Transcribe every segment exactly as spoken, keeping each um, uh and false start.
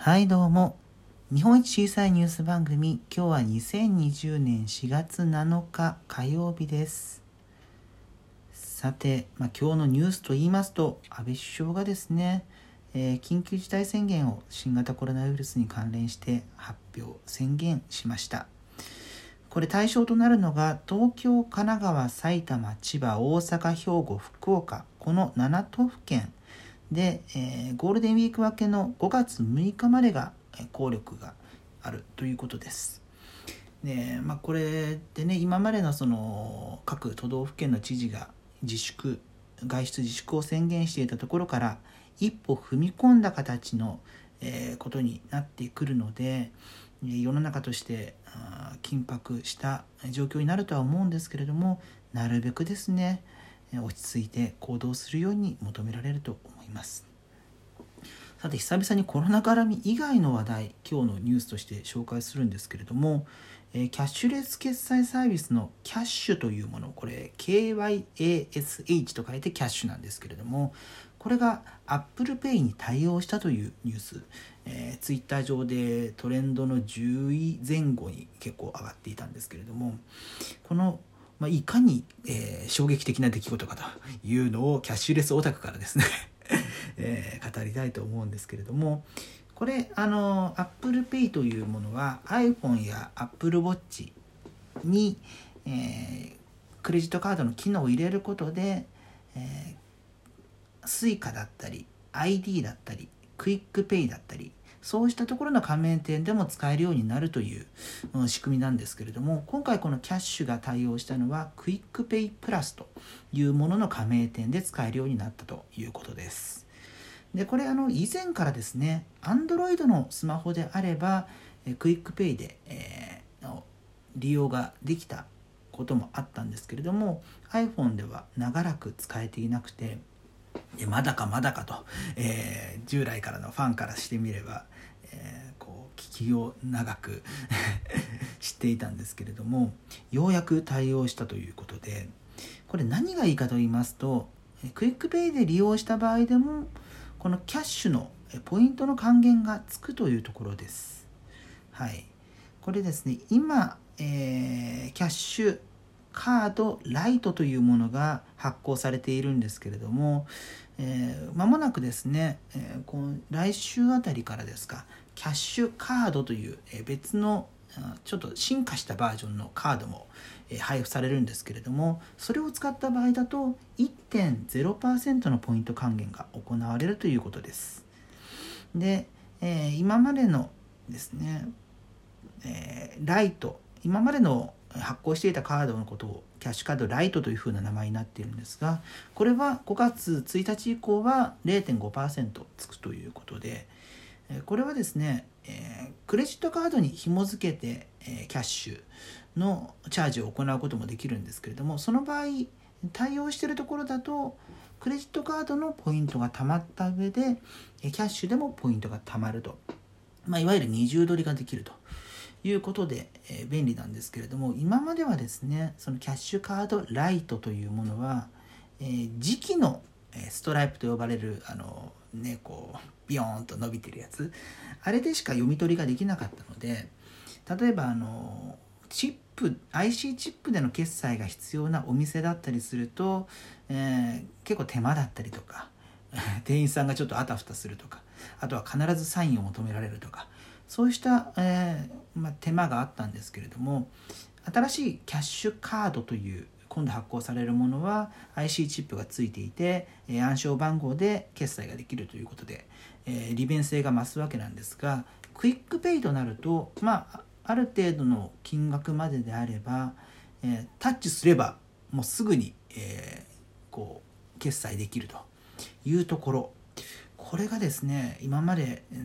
はいどうも、日本一小さいニュース番組、今日はにせんにじゅうねんしがつなのか火曜日です。さて、まあ、今日のニュースと言いますと、安倍首相がですね、えー、緊急事態宣言を新型コロナウイルスに関連して発表宣言しました。これ対象となるのが東京、神奈川、埼玉、千葉、大阪、兵庫、福岡、このななとうふけんで、えー、ゴールデンウィーク明けのごがつむいかまでが効力があるということです。で、まあ、これでね、今までのその各都道府県の知事が自粛、外出自粛を宣言していたところから一歩踏み込んだ形の、えー、ことになってくるので、世の中として緊迫した状況になるとは思うんですけれども、なるべくですね、落ち着いて行動するように求められると思います。さて、久々にコロナ絡み以外の話題、今日のニュースとして紹介するんですけれども、キャッシュレス決済サービスのキャッシュというもの、これ ケーワイエーエスエイチ と書いてキャッシュなんですけれども、これが Apple Pay に対応したというニュース、えー、ツイッター上でトレンドのじゅういぜん後に結構上がっていたんですけれども、このまあ、いかに、えー、衝撃的な出来事かというのをキャッシュレスオタクからですね、えー、語りたいと思うんですけれども、これあの Apple Pay というものは iPhone や Apple Watch に、えー、クレジットカードの機能を入れることで、えー、Suica だったり アイディー だったりクイックペイだったり、そうしたところの加盟店でも使えるようになるという、うん、仕組みなんですけれども、今回このキャッシュが対応したのはクイックペイプラスというものの加盟店で使えるようになったということです。で、これあの以前からですね、Android のスマホであればクイックペイで、えー、利用ができたこともあったんですけれども、 iPhone では長らく使えていなくて、まだかまだかと、えー、従来からのファンからしてみれば、えー、こう聞きを長く知っていたんですけれども、ようやく対応したということで、これ何がいいかと言いますと、クイックペイで利用した場合でもこのキャッシュのポイントの還元がつくというところです。はい、これですね、今、えー、キャッシュカードライトというものが発行されているんですけれども、えー、間もなくですね、えー、この来週あたりからですか、キャッシュカードという、えー、別のちょっと進化したバージョンのカードも、えー、配布されるんですけれども、それを使った場合だと いってんゼロパーセント のポイント還元が行われるということです。で、えー、今までのですね、えー、ライト、今までの発行していたカードのことをキャッシュカードライトというふうな名前になっているんですが、これはごがつついたち以降は れいてんごパーセント つくということで、これはですね、えー、クレジットカードに紐付けて、えー、キャッシュのチャージを行うこともできるんですけれども、その場合対応しているところだとクレジットカードのポイントがたまった上でキャッシュでもポイントがたまると、まあ、いわゆる二重取りができるということで、えー、便利なんですけれども、今まではですね、そのキャッシュカードライトというものは、えー、磁気のストライプと呼ばれるあのね、こうビヨーンと伸びてるやつ、あれでしか読み取りができなかったので、例えばあのチップ アイシー チップでの決済が必要なお店だったりすると、えー、結構手間だったりとか店員さんがちょっとあたふたするとか、あとは必ずサインを求められるとか、そうした、えーまあ、手間があったんですけれども、新しいキャッシュカードという今度発行されるものは アイシー チップがついていて、えー、暗証番号で決済ができるということで、えー、利便性が増すわけなんですが、クイックペイとなると、まあ、ある程度の金額までであれば、えー、タッチすればもうすぐに、えー、こう決済できるというところ、これがですね、今まで、うん、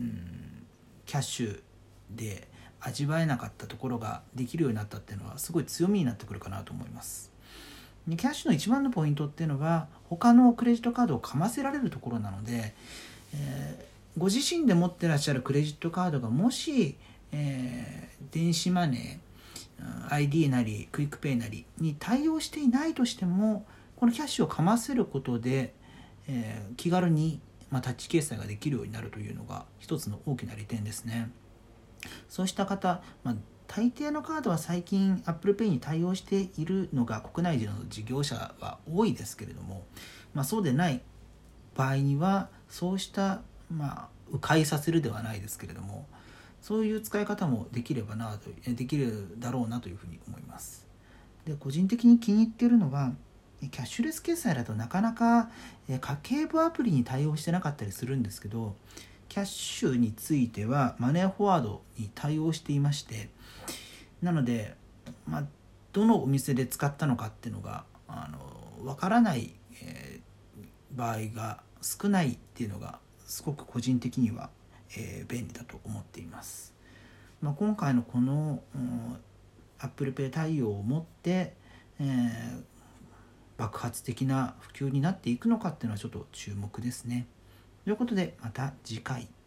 キャッシュで味わえなかったところができるようになったっていうのはすごい強みになってくるかなと思います。キャッシュの一番のポイントっていうのは他のクレジットカードをかませられるところなので、えー、ご自身で持ってらっしゃるクレジットカードがもし、えー、電子マネー アイディー なりクイックペイなりに対応していないとしても、このキャッシュをかませることで、えー、気軽にまあ、タッチ決済ができるようになるというのが一つの大きな利点ですね。そうした方、まあ、大抵のカードは最近 Apple Pay に対応しているのが国内での事業者は多いですけれども、まあ、そうでない場合にはそうした、まあ、迂回させるではないですけれども、そういう使い方もできればなとできるだろうなというふうに思います。で、個人的に気に入っているのはキャッシュレス決済だとなかなか家計簿アプリに対応してなかったりするんですけど、キャッシュについてはマネーフォワードに対応していまして、なので、まあ、どのお店で使ったのかっていうのがあのわからない、えー、場合が少ないっていうのがすごく個人的には、えー、便利だと思っています。まあ、今回のこの、うん、Apple Pay 対応をもって、えー、爆発的な普及になっていくのかっていうのはちょっと注目ですね。ということでまた次回。